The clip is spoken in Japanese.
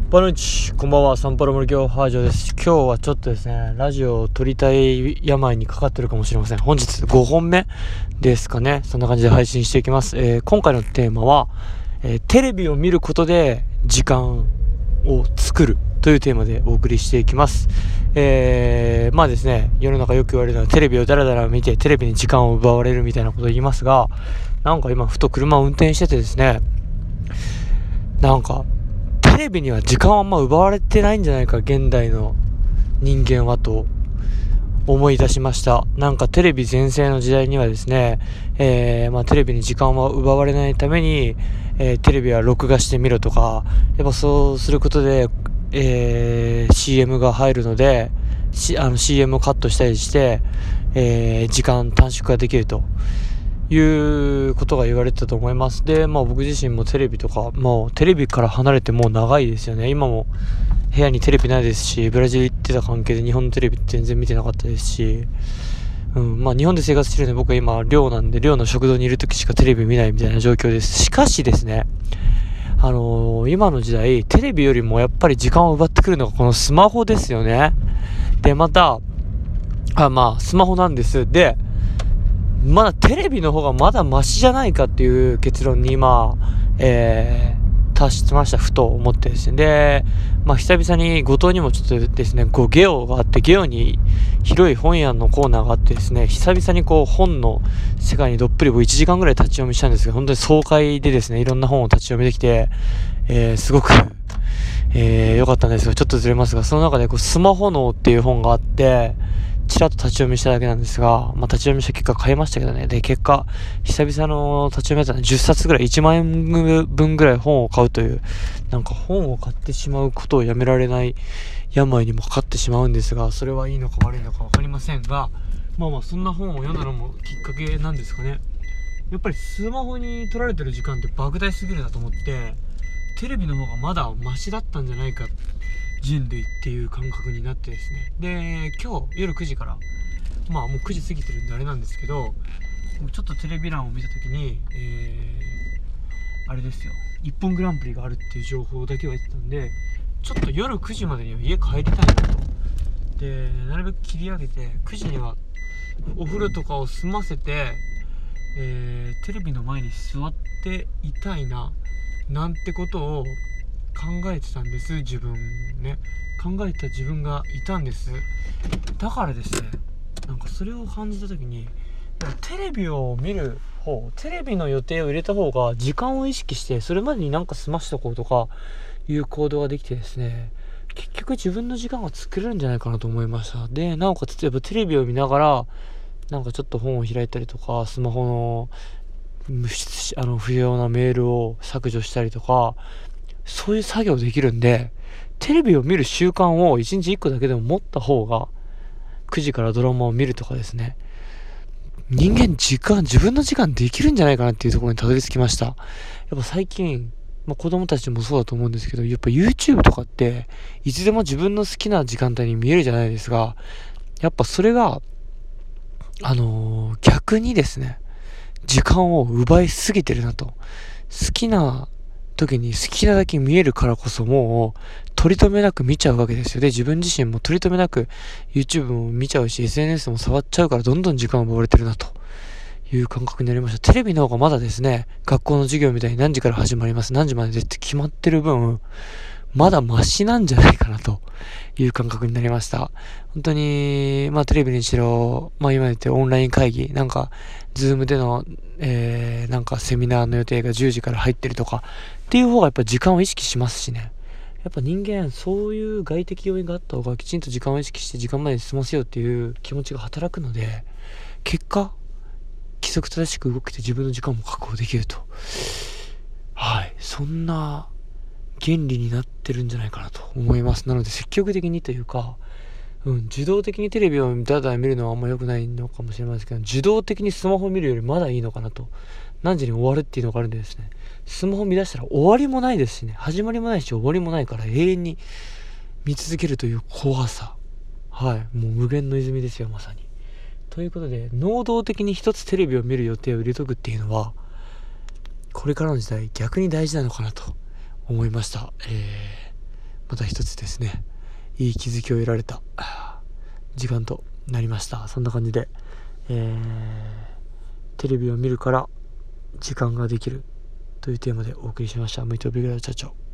ボナイチ、こんばんは。サンパウロ森京ハージョです。今日はちょっとですね、ラジオを撮りたい病にかかってるかもしれません。本日5本目ですかね。そんな感じで配信していきます。今回のテーマは、テレビを見ることで時間を作るというテーマでお送りしていきます。まあですね、世の中よく言われるのはテレビをダラダラ見てテレビに時間を奪われるみたいなことを言いますが、なんか今ふと車を運転しててですね、なんかテレビには時間はあんま奪われてないんじゃないか、現代の人間はと思い出しました。なんかテレビ全盛の時代にはですね、テレビに時間は奪われないために、テレビは録画してみろとか、やっぱそうすることで、CM が入るので、CM をカットしたりして、時間短縮ができるということが言われてたと思います。で、僕自身もテレビとか、もうテレビから離れてもう長いですよね。今も部屋にテレビないですし、ブラジル行ってた関係で日本のテレビ全然見てなかったですし、日本で生活してるんで、僕は今寮なんで、寮の食堂にいる時しかテレビ見ないみたいな状況です。しかしですね、今の時代、テレビよりもやっぱり時間を奪ってくるのがこのスマホですよね。で、また、スマホなんです。で、まだテレビの方がまだマシじゃないかっていう結論に今、達しました。ふと思ってですね。で、久々に後藤にもちょっとですね、ゲオがあって、ゲオに広い本屋のコーナーがあってですね、久々に本の世界にどっぷり1時間ぐらい立ち読みしたんですけど、本当に爽快でですね、いろんな本を立ち読みできて、すごく、良かったんですが、ちょっとずれますが、その中でスマホ脳っていう本があって、ちらっと立ち読みしただけなんですが、立ち読みした結果買いましたけどね。で、結果、久々の立ち読みだったので10冊ぐらい、1万円分ぐらい本を買うという、なんか本を買ってしまうことをやめられない病にもかかってしまうんですが、それはいいのか悪いのか分かりませんが、そんな本を読んだのもきっかけなんですかね。やっぱりスマホに取られてる時間って莫大すぎるなと思って、テレビの方がまだマシだったんじゃないか、人類っていう感覚になってですね。で、今日夜9時から、もう9時過ぎてるんであれなんですけど、ちょっとテレビ欄を見たときに、あれですよ、一本グランプリがあるっていう情報だけは言ってたんで、ちょっと夜9時までには家帰りたいなと。で、なるべく切り上げて、9時にはお風呂とかを済ませて、テレビの前に座っていたいな、なんてことを考えてたんです。自分ね、考えた自分がいたんです。だからですね、なんかそれを感じた時に、テレビを見る方、テレビの予定を入れた方が時間を意識してそれまでになんか済ましとこうとかいう行動ができてですね、結局自分の時間が作れるんじゃないかなと思いました。で、なおかつ例えばテレビを見ながらなんかちょっと本を開いたりとか、スマホの不要なメールを削除したりとか、そういう作業できるんで、テレビを見る習慣を1日1個だけでも持った方が、9時からドラマを見るとかですね、人間自分の時間できるんじゃないかなっていうところにたどり着きました。やっぱ最近、子供たちもそうだと思うんですけど、やっぱ YouTube とかって、いつでも自分の好きな時間帯に見えるじゃないですが、やっぱそれが、逆にですね、時間を奪いすぎてるなと。好きな時に好きなだけ見えるからこそ、もう取り留めなく見ちゃうわけですよ。で、自分自身も取り留めなく YouTube も見ちゃうし、 SNS も触っちゃうから、どんどん時間を奪われてるなという感覚になりました。テレビの方がまだですね、学校の授業みたいに何時から始まります、何時までって決まってる分、まだマシなんじゃないかなという感覚になりました。本当に、テレビにしろ、今言ってオンライン会議、なんか、ズームでの、なんかセミナーの予定が10時から入ってるとか、っていう方がやっぱ時間を意識しますしね。やっぱ人間、そういう外的要因があった方がきちんと時間を意識して時間まで済ませようっていう気持ちが働くので、結果、規則正しく動けて自分の時間も確保できると。はい。そんな、原理になってるんじゃないかなと思います。なので積極的にというか、受動的にテレビをだだ見るのはあんま良くないのかもしれませんけど、受動的にスマホを見るよりまだいいのかなと。何時に終わるっていうのがあるんでですね、スマホ見出したら終わりもないですしね、始まりもないし終わりもないから、永遠に見続けるという怖さ。はい。もう無限の泉ですよ、まさに。ということで、能動的に一つテレビを見る予定を入れとくっていうのは、これからの時代逆に大事なのかなと思いました。 また一つですね、いい気づきを得られた時間となりました。そんな感じで、テレビを見るから時間ができるというテーマでお送りしました。ムイトビグラチャチョ。